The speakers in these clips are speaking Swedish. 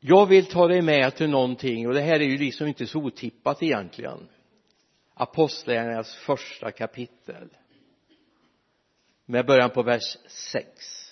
Jag vill ta dig med till någonting, och det här är ju liksom inte så otippat egentligen. Apostlagärningarnas första kapitel. Med början på vers 6.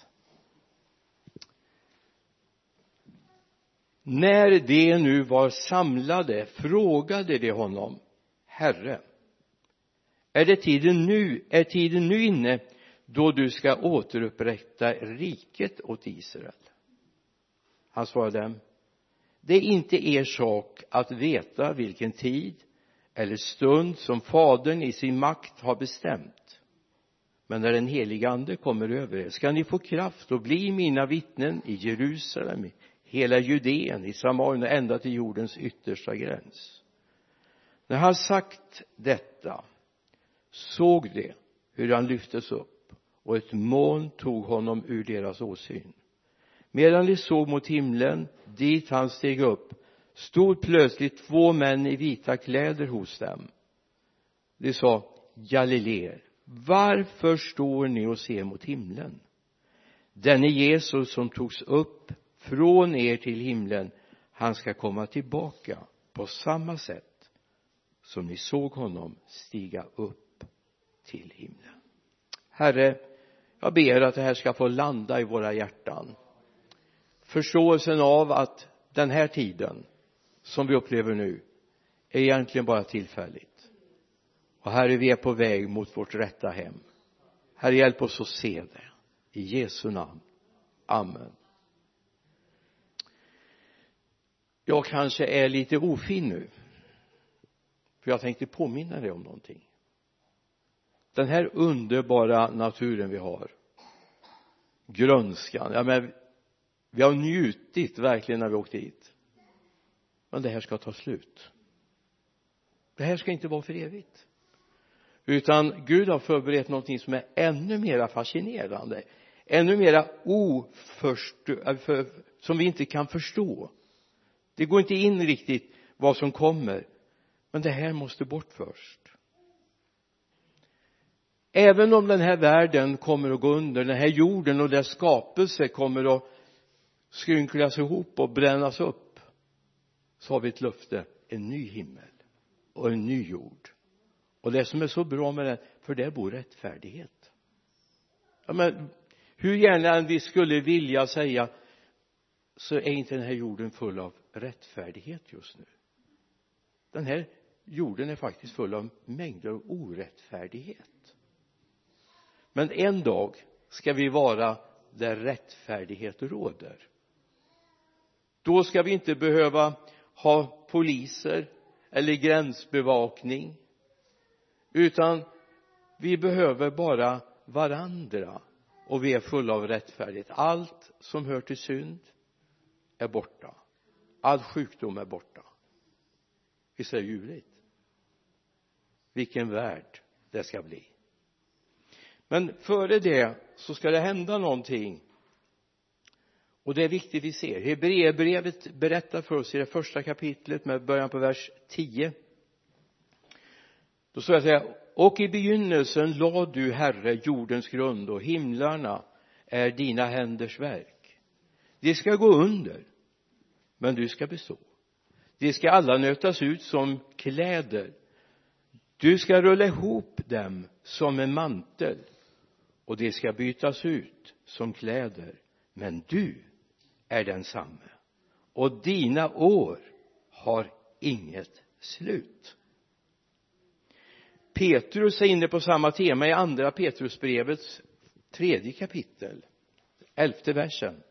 När de nu var samlade frågade de honom: Herre, är tiden nu inne då du ska återupprätta riket åt Israel? Han svarade dem: det är inte er sak att veta vilken tid eller stund som Fadern i sin makt har bestämt. Men när den heliga ande kommer över er ska ni få kraft och bli mina vittnen i Jerusalem, i hela Judeen, i Samarien och ända till jordens yttersta gräns. När han sagt detta såg de hur han lyftes upp, och ett moln tog honom ur deras åsyn. Medan de såg mot himlen, dit han steg upp, stod plötsligt 2 män i vita kläder hos dem. De sa: Galileer, varför står ni och ser mot himlen? Denne Jesus som togs upp från er till himlen, han ska komma tillbaka på samma sätt som ni såg honom stiga upp till himlen. Herre, jag ber att det här ska få landa i våra hjärtan. Förståelsen av att den här tiden som vi upplever nu är egentligen bara tillfälligt. Och Herre, vi är på väg mot vårt rätta hem. Herre, hjälp oss att se det. I Jesu namn. Amen. Jag kanske är lite ofin nu, för jag tänkte påminna dig om någonting. Den här underbara naturen vi har. Grönskan. Ja, men vi har njutit verkligen när vi åkte hit. Men det här ska ta slut. Det här ska inte vara för evigt. Utan Gud har förberett någonting som är ännu mer fascinerande. Ännu mer som vi inte kan förstå. Det går inte in riktigt vad som kommer. Men det här måste bort först. Även om den här världen kommer att gå under, den här jorden och dess skapelse kommer att skrynklas ihop och brännas upp, så har vi ett löfte: en ny himmel och en ny jord. Och det som är så bra med det, för där bor rättfärdighet. Ja, men hur gärna vi skulle vilja säga, så är inte den här jorden full av rättfärdighet just nu. Den här jorden är faktiskt full av mängder av orättfärdighet. Men en dag ska vi vara där rättfärdighet råder. Då ska vi inte behöva ha poliser eller gränsbevakning, utan vi behöver bara varandra, och vi är fulla av rättfärdighet. Allt som hör till synd är borta. All sjukdom är borta. Visst är det ljuvligt? Vilken värld det ska bli. Men före det så ska det hända någonting. Och det är viktigt vi ser. Hebreerbrevet berättar för oss i det första kapitlet med början på vers 10. Då står det så här: och i begynnelsen lade du, Herre, jordens grund, och himlarna är dina händers verk. De ska gå under, men du ska bestå. De ska alla nötas ut som kläder. Du ska rulla ihop dem som en mantel, och de ska bytas ut som kläder. Men du är densamme, och dina år har inget slut. Petrus är inne på samma tema i andra Petrusbrevets 3:e kapitel, 11:e versen.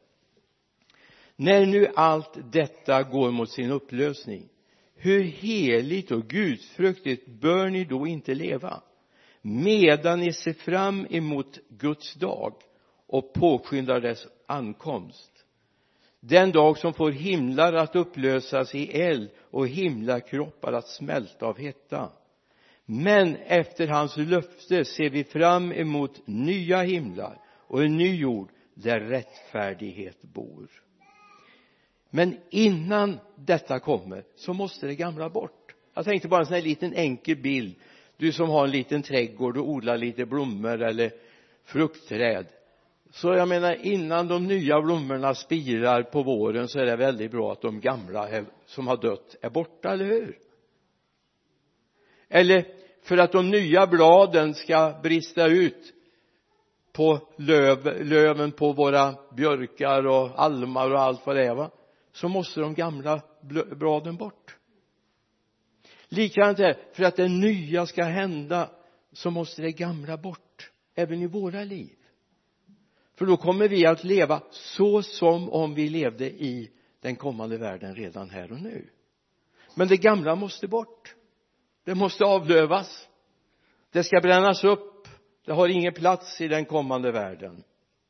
När nu allt detta går mot sin upplösning, hur heligt och gudfruktigt bör ni då inte leva, medan ni ser fram emot Guds dag och påskyndar dess ankomst. Den dag som får himlar att upplösas i eld och himlakroppar att smälta av hetta. Men efter hans löfte ser vi fram emot nya himlar och en ny jord där rättfärdighet bor. Men innan detta kommer så måste det gamla bort. Jag tänkte bara en sån här liten enkel bild. Du som har en liten trädgård och odlar lite blommor eller fruktträd. Så jag menar, innan de nya blommorna spirar på våren så är det väldigt bra att de gamla som har dött är borta, eller hur? Eller för att de nya bladen ska brista ut på löven på våra björkar och almar och allt vad det är, va? Så måste de gamla bladen bort. Likadant är för att det nya ska hända så måste det gamla bort även i våra liv. För då kommer vi att leva så som om vi levde i den kommande världen redan här och nu. Men det gamla måste bort. Det måste avlövas. Det ska brännas upp. Det har ingen plats i den kommande världen.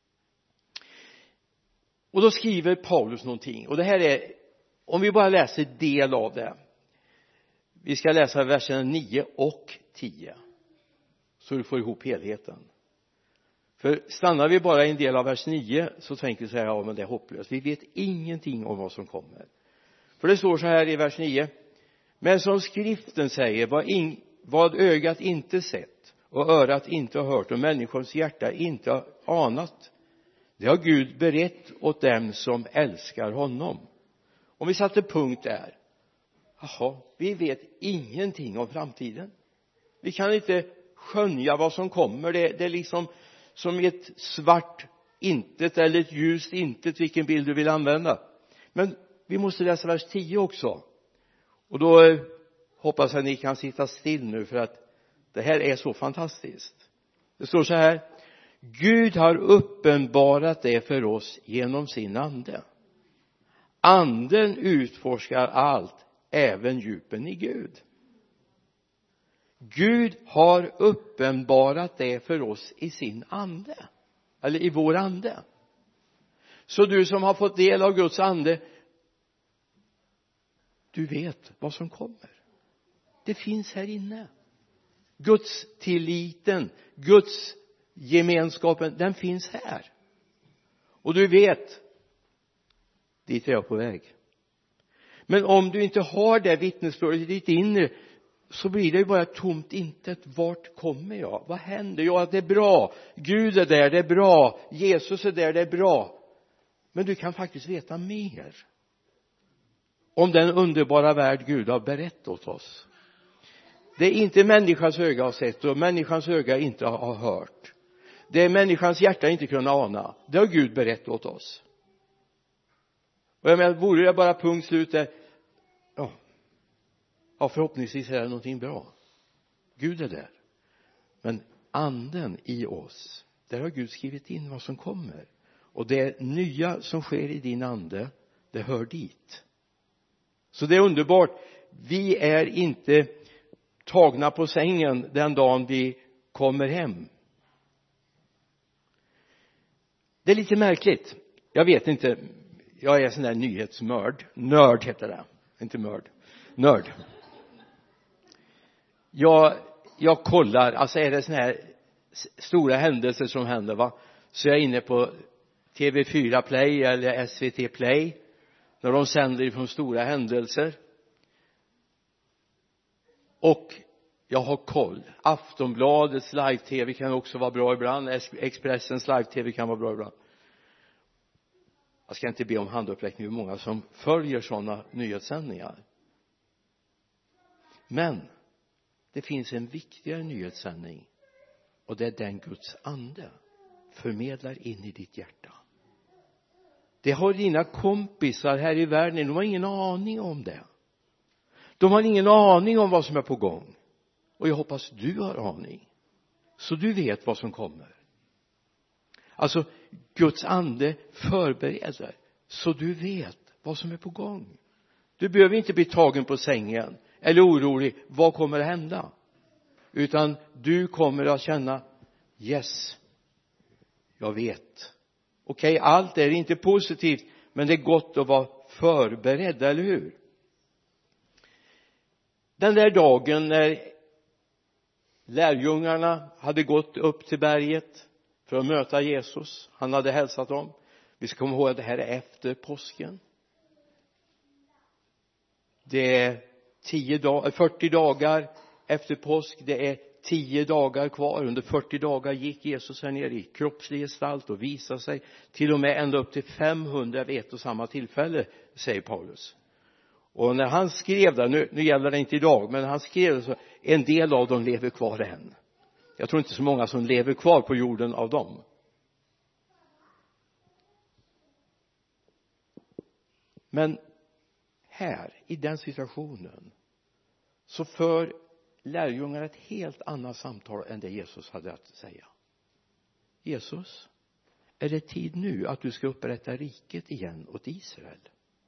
Och då skriver Paulus någonting. Och det här är, om vi bara läser del av det. Vi ska läsa verserna 9 och 10. Så du får ihop helheten. För stannar vi bara i en del av vers 9 så tänker vi säga, ja men det är hopplöst. Vi vet ingenting om vad som kommer. För det står så här i vers 9. Men som skriften säger, vad ögat inte sett och örat inte har hört och människans hjärta inte har anat, det har Gud berett åt dem som älskar honom. Om vi satte punkt där. Jaha, vi vet ingenting om framtiden. Vi kan inte skönja vad som kommer. Det är liksom som ett svart intet eller ett ljust intet, vilken bild du vill använda. Men vi måste läsa vers 10 också. Och då hoppas jag att ni kan sitta still nu, för att det här är så fantastiskt. Det står så här: Gud har uppenbarat det för oss genom sin ande. Anden utforskar allt, även djupen i Gud. Gud har uppenbarat det för oss i sin ande. Eller i vår ande. Så du som har fått del av Guds ande, du vet vad som kommer. Det finns här inne. Guds tilliten, Guds gemenskapen, den finns här. Och du vet, dit är jag på väg. Men om du inte har det vittnesbördet i ditt inre, så blir det ju bara tomt intet. Vart kommer jag? Vad händer? Ja, det är bra. Gud är där, det är bra. Jesus är där, det är bra. Men du kan faktiskt veta mer om den underbara värld Gud har berättat åt oss. Det är inte människans öga har sett och människans öga inte har hört. Det är människans hjärta inte kunna ana. Det har Gud berättat åt oss. Och jag menar, vore det bara punkt slut där, ja, förhoppningsvis är det någonting bra. Gud är där. Men anden i oss, där har Gud skrivit in vad som kommer. Och det nya som sker i din ande, det hör dit. Så det är underbart. Vi är inte tagna på sängen den dagen vi kommer hem. Det är lite märkligt. Jag vet inte. Jag är sån där nyhetsmörd. Nörd heter det. Inte mörd. Nörd. Jag kollar. Alltså är det såna här stora händelser som händer, va? Så jag är inne på TV4 Play eller SVT Play. När de sänder ifrån stora händelser. Och jag har koll. Aftonbladets live-tv kan också vara bra ibland. Expressens live-tv kan vara bra ibland. Jag ska inte be om handuppräckning hur många som följer sådana nyhetssändningar. Men det finns en viktigare nyhetssändning. Och det är den Guds ande förmedlar in i ditt hjärta. Det har dina kompisar här i världen. De har ingen aning om det. De har ingen aning om vad som är på gång. Och jag hoppas du har aning. Så du vet vad som kommer. Alltså Guds ande förbereder. Så du vet vad som är på gång. Du behöver inte bli tagen på sängen. Eller orolig. Vad kommer att hända? Utan du kommer att känna. Yes. Jag vet. Okej, allt är inte positivt. Men det är gott att vara förberedd, eller hur? Den där dagen när lärjungarna hade gått upp till berget för att möta Jesus. Han hade hälsat dem. Vi ska komma ihåg att det här är efter påsken. Det är 40 dagar efter påsk. Det är 10 dagar kvar. Under 40 dagar gick Jesus här ner i kroppslig gestalt och visade sig till och med ända upp till 500 vid ett och samma tillfälle, säger Paulus. Och när han skrev det, nu gäller det inte idag, men när han skrev det så en del av dem lever kvar än. Jag tror inte så många som lever kvar på jorden av dem. Men här, i den situationen, så för lärjungarna ett helt annat samtal än det Jesus hade att säga. Jesus, är det tid nu att du ska upprätta riket igen åt Israel?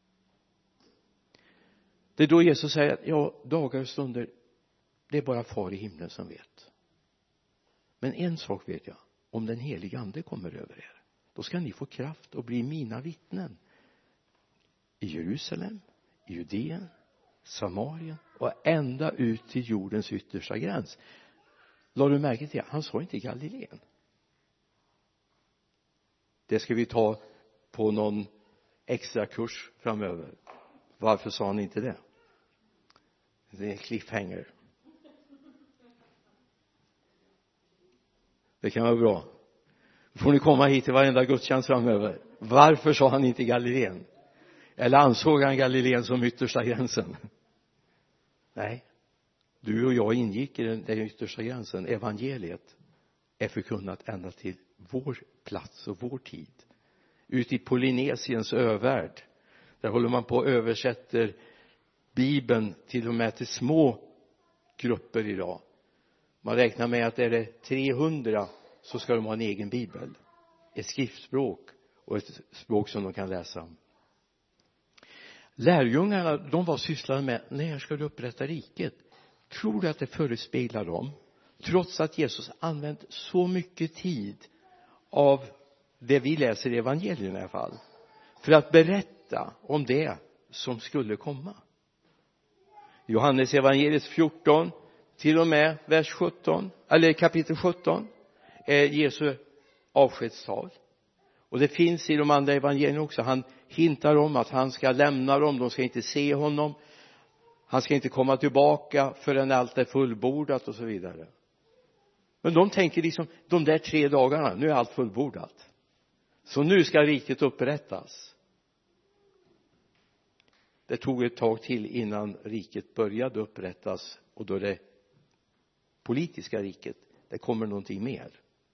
Det är då Jesus säger att ja, dagar och stunder, det är bara far i himlen som vet. Men en sak vet jag, om den heliga ande kommer över er, då ska ni få kraft att bli mina vittnen i Jerusalem, i Judeen, Samarien och ända ut till jordens yttersta gräns. Lade du märke till, han sa inte Galileen. Det ska vi ta på någon extra kurs framöver. Varför sa han inte det? Det är en cliffhanger. Det kan vara bra. Får ni komma hit till varenda gudstjänst framöver. Varför sa han inte Galileen? Eller ansåg han Galileen som yttersta gränsen? Nej. Du och jag ingick i den yttersta gränsen. Evangeliet är förkunnat ända till vår plats och vår tid. Ut i Polynesiens övärld. Där håller man på och översätter Bibeln till och med till små grupper idag. Man räknar med att är det 300 så ska de ha en egen bibel. Ett skriftspråk och ett språk som de kan läsa. Lärjungarna, de var sysslade med, när ska du upprätta riket? Tror du att det förespeglar dem? Trots att Jesus använt så mycket tid av det vi läser i evangelierna i alla fall. För att berätta om det som skulle komma. Johannes evangeliet 14 till och med vers 17, eller kapitel 17 är Jesu avskedstal. Och det finns i de andra evangelierna också. Han hintar om att han ska lämna dem. De ska inte se honom. Han ska inte komma tillbaka förrän allt är fullbordat och så vidare. Men de tänker liksom, de där 3 dagarna, nu är allt fullbordat. Så nu ska riket upprättas. Det tog ett tag till innan riket började upprättas. Och då det politiska riket, det kommer någonting mer.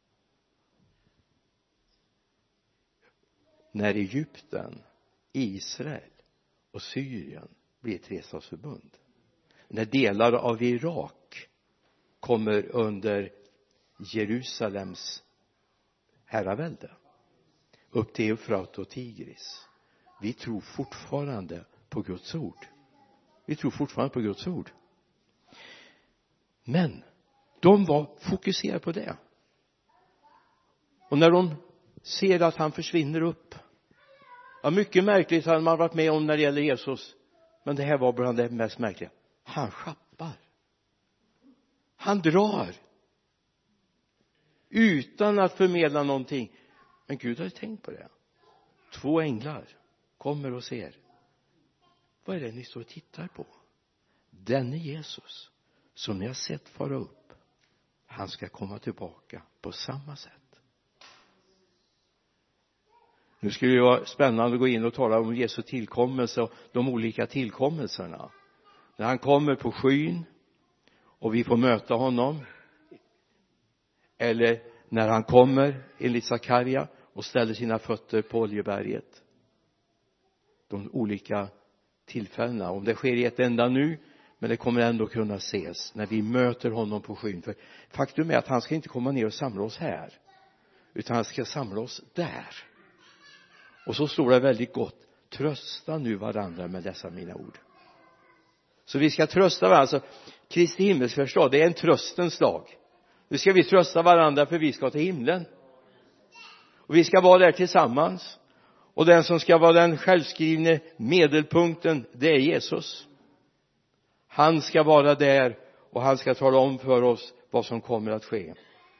När Egypten, Israel och Syrien blir ett trestatsförbund. När delar av Irak kommer under Jerusalems herravälde. Upp till Eufrat och Tigris. Vi tror fortfarande på Guds ord. Vi tror fortfarande på Guds ord. Men de var fokuserade på det. Och när de ser att han försvinner upp. Ja, mycket märkligt hade man varit med om när det gäller Jesus. Men det här var bland det mest märkliga. Han schappar. Han drar. Utan att förmedla någonting. Men Gud har tänkt på det. 2 änglar kommer och ser. Vad är det ni står och tittar på? Denne Jesus som ni har sett fara upp. Han ska komma tillbaka på samma sätt. Nu skulle det vara spännande att gå in och tala om Jesu tillkommelse och de olika tillkommelserna. När han kommer på skyn och vi får möta honom. Eller när han kommer enligt Sakarja och ställer sina fötter på Oljeberget. De olika tillfällena. Om det sker i ett enda nu, men det kommer ändå kunna ses när vi möter honom på skyn. För faktum är att han ska inte komma ner och samla oss här. Utan han ska samla oss där. Och så står det väldigt gott. Trösta nu varandra med dessa mina ord. Så vi ska trösta varandra. Alltså, Kristi himmelsfärdsdag, det är en tröstens dag. Nu ska vi trösta varandra för vi ska till himlen. Och vi ska vara där tillsammans. Och den som ska vara den självskrivne medelpunkten, det är Jesus. Han ska vara där och han ska tala om för oss vad som kommer att ske.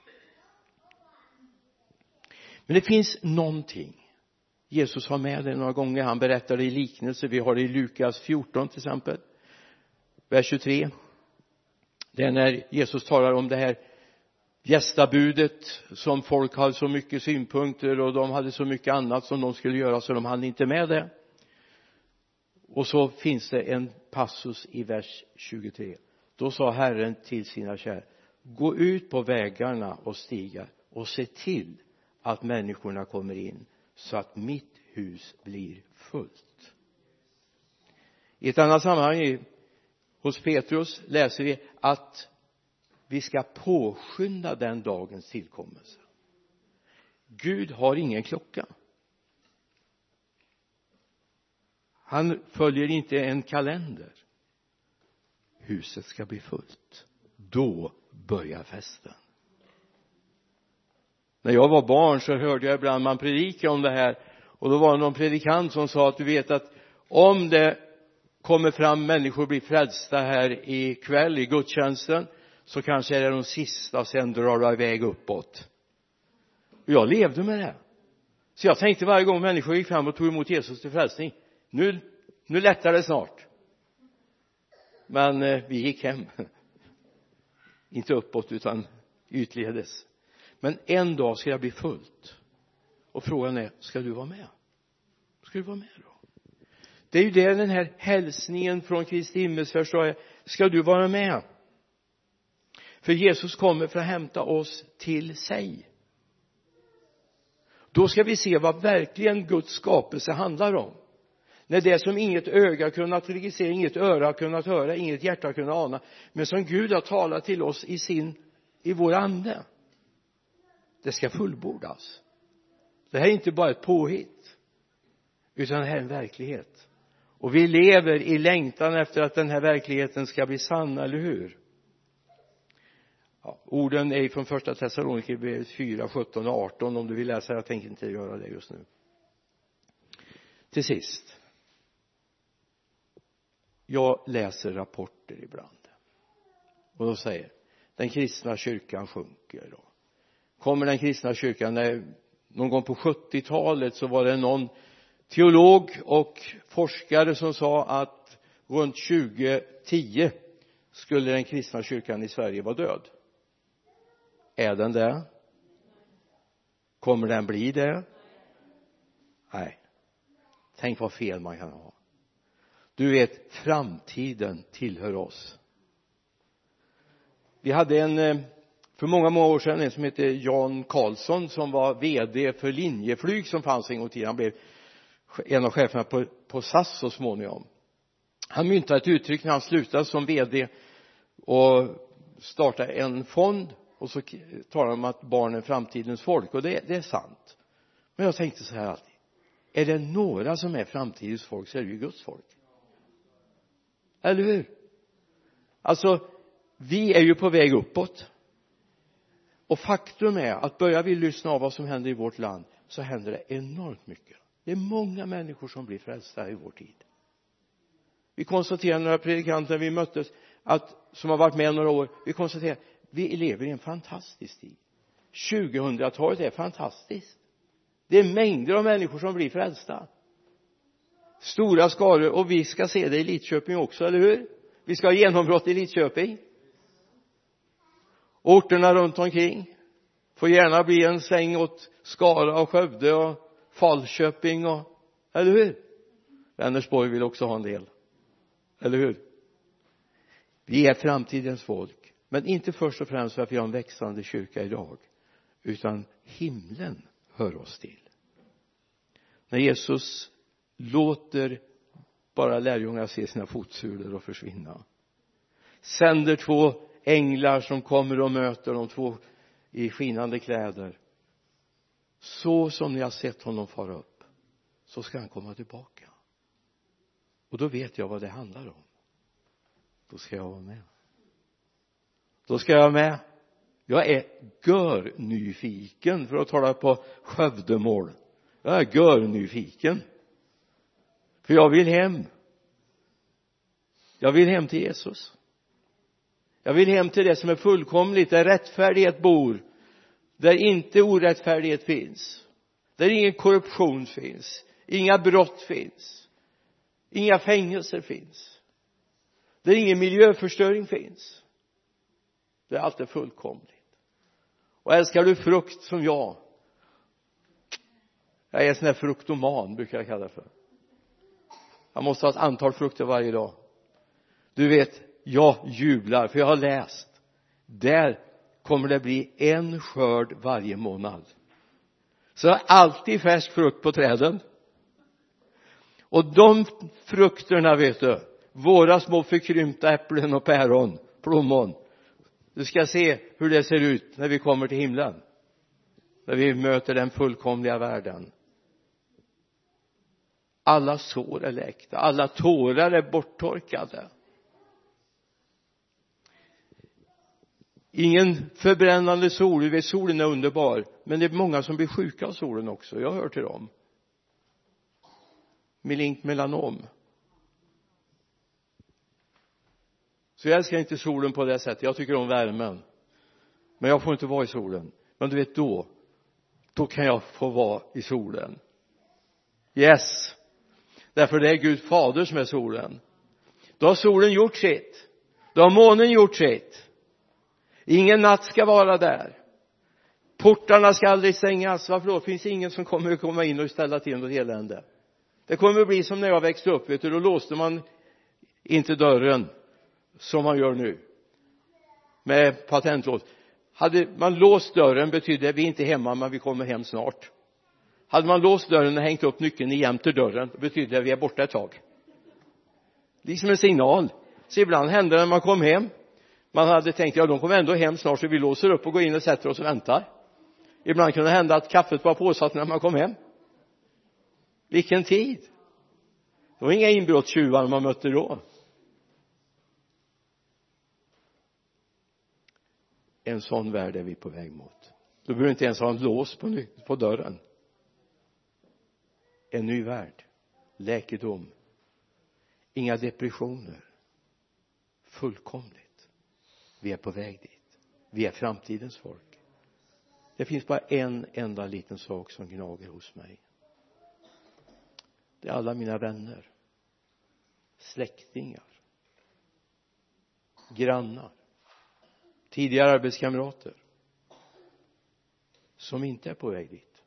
Men det finns någonting. Jesus har med det några gånger. Han berättar det i liknelse. Vi har det i Lukas 14 till exempel. Vers 23. Det är när Jesus talar om det här gästabudet som folk hade så mycket synpunkter och de hade så mycket annat som de skulle göra så de hann inte med det. Och så finns det en passus i vers 23. Då sa Herren till sina kär: gå ut på vägarna och stigar och se till att människorna kommer in så att mitt hus blir fullt. I ett annat sammanhang hos Petrus läser vi att vi ska påskynda den dagens tillkommelse. Gud har ingen klocka. Han följer inte en kalender. Huset ska bli fullt. Då börjar festen. När jag var barn så hörde jag ibland man predika om det här. Och då var det någon predikant som sa att du vet att om det kommer fram människor blir frälsta här ikväll i gudstjänsten så kanske är det de sista, sen drar det iväg uppåt. Och jag levde med det. Så jag tänkte varje gång människor gick fram och tog emot Jesus till frälsning, nu lättar det snart. Men vi gick hem. Inte uppåt utan ytledes. Men en dag ska det bli fullt. Och frågan är, ska du vara med? Ska du vara med då? Det är ju det den här hälsningen från Kristi himmelsfärd är. Ska du vara med? För Jesus kommer för att hämta oss till sig. Då ska vi se vad verkligen Guds skapelse handlar om. När det som inget öga kunnat registrera, inget öra kunnat höra, inget hjärta kunnat ana, men som Gud har talat till oss i vår ande. Det ska fullbordas. Det här är inte bara ett påhitt, utan det här är en verklighet. Och vi lever i längtan efter att den här verkligheten ska bli sann, eller hur? Ja, orden är från första Thessalonikerbrevet 4, 17 och 18 om du vill läsa. Jag tänker inte göra det just nu. Till sist. Jag läser rapporter ibland. Och då säger den kristna kyrkan sjunker då. Kommer den kristna kyrkan, någon gång på 70-talet så var det någon teolog och forskare som sa att runt 2010 skulle den kristna kyrkan i Sverige vara död. Är den det? Kommer den bli det? Nej. Tänk vad fel man kan ha. Du vet, framtiden tillhör oss. Vi hade för många år sedan en som heter Jan Karlsson som var vd för Linjeflyg som fanns en gång till. Han blev en av cheferna på SAS så småningom. Han myntade ett uttryck när han slutade som vd och startade en fond. Och så talar de om att barn är framtidens folk. Och det är sant. Men jag tänkte så här alltid. Är det några som är framtidens folk så är det ju Guds folk. Eller hur? Alltså, vi är ju på väg uppåt. Och faktum är att börjar vi lyssna av vad som händer i vårt land så händer det enormt mycket. Det är många människor som blir frälsta i vår tid. Vi konstaterar några predikanter vi möttes som har varit med några år. Vi konstaterar vi lever i en fantastisk tid. 2000-talet är fantastiskt. Det är mängder av människor som blir frälsta. Stora skaror, och vi ska se det i Lidköping också, eller hur? Vi ska ha genombrott i Lidköping. Orterna runt omkring får gärna bli en sväng åt Skara och Skövde och Falköping eller hur? Vänersborg vill också ha en del. Eller hur? Vi är framtidens folk. Men inte först och främst för att vi har en växande kyrka idag. Utan himlen hör oss till. När Jesus låter bara lärjungarna se sina fotsulor och försvinna. Sänder 2 änglar som kommer och möter de 2 i skinande kläder. Så som ni har sett honom fara upp, så ska han komma tillbaka. Och då vet jag vad det handlar om. Då ska jag vara med. Då ska jag med. Jag är görnyfiken, för att tala på Skövdemål. Jag är görnyfiken. För jag vill hem. Jag vill hem till Jesus. Jag vill hem till det som är fullkomligt, där rättfärdighet bor. Där inte orättfärdighet finns. Där ingen korruption finns. Inga brott finns. Inga fängelser finns. Där ingen miljöförstöring finns. Det är alltid fullkomligt. Och älskar du frukt som jag är en sån här fruktoman, brukar jag kalla det för. Jag måste ha ett antal frukter varje dag. Du vet, jag jublar för jag har läst. Där kommer det bli en skörd varje månad. Så alltid färsk frukt på träden. Och de frukterna, vet du, våra små förkrympta äpplen och päron, plommon. Du ska se hur det ser ut när vi kommer till himlen. När vi möter den fullkomliga världen. Alla sår är läkta. Alla tårar är borttorkade. Ingen förbrännande sol. Du vet, solen är underbar. Men det är många som blir sjuka av solen också. Jag hör till dem. Malignt melanom. Så jag älskar inte solen på det sättet. Jag tycker om värmen. Men jag får inte vara i solen. Men du vet, då kan jag få vara i solen. Yes. Därför det är Gud fader som är solen. Då har solen gjort sitt. Då har månen gjort sitt. Ingen natt ska vara där. Portarna ska aldrig stängas. Varför då? Det finns ingen som kommer att komma in och ställa till något elände. Det kommer att bli som när jag växte upp. Vet du, då låste man inte dörren som man gör nu. Med patentlås. Hade man låst dörren betydde det att vi inte är hemma, men vi kommer hem snart. Hade man låst dörren och hängt upp nyckeln jämte dörren, betydde det att vi är borta ett tag. Liksom en signal. Så ibland hände det när man kom hem. Man hade tänkt, ja, de kommer ändå hem snart, så vi låser upp och går in och sätter oss och väntar. Ibland kunde det hända att kaffet var påsatt när man kom hem. Vilken tid. Det var inga inbrottstjuvar man mötte då. En sån värld är vi på väg mot. Du behöver inte ens ha en lås på dörren. En ny värld. Läkedom. Inga depressioner. Fullkomligt. Vi är på väg dit. Vi är framtidens folk. Det finns bara en enda liten sak som gnager hos mig. Det är alla mina vänner. Släktingar. Grannar. Tidigare arbetskamrater. Som inte är på väg dit.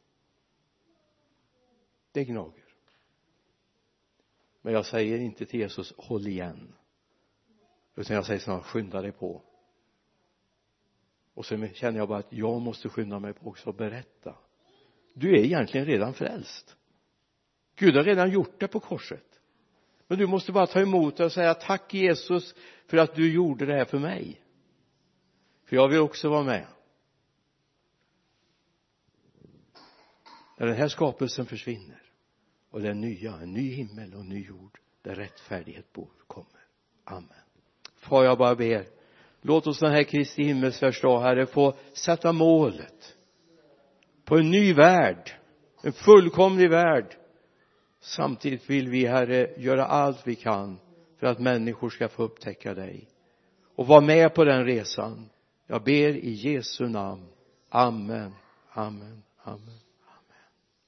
Det gnager. Men jag säger inte till Jesus, håll igen. Utan jag säger snart, skynda dig på. Och så känner jag bara att jag måste skynda mig på också och berätta. Du är egentligen redan frälst. Gud har redan gjort det på korset. Men du måste bara ta emot det och säga, tack Jesus för att du gjorde det här för mig. För jag vill också vara med. När den här skapelsen försvinner. Och den nya, en ny himmel och en ny jord. Där rättfärdighet kommer. Amen. Far, jag bara ber. Låt oss den här Kristi himmelsfärdsdag, Herre, få sätta målet. På en ny värld. En fullkomlig värld. Samtidigt vill vi, Herre, göra allt vi kan. För att människor ska få upptäcka dig. Och vara med på den resan. Jag ber i Jesu namn. Amen. Amen. Amen.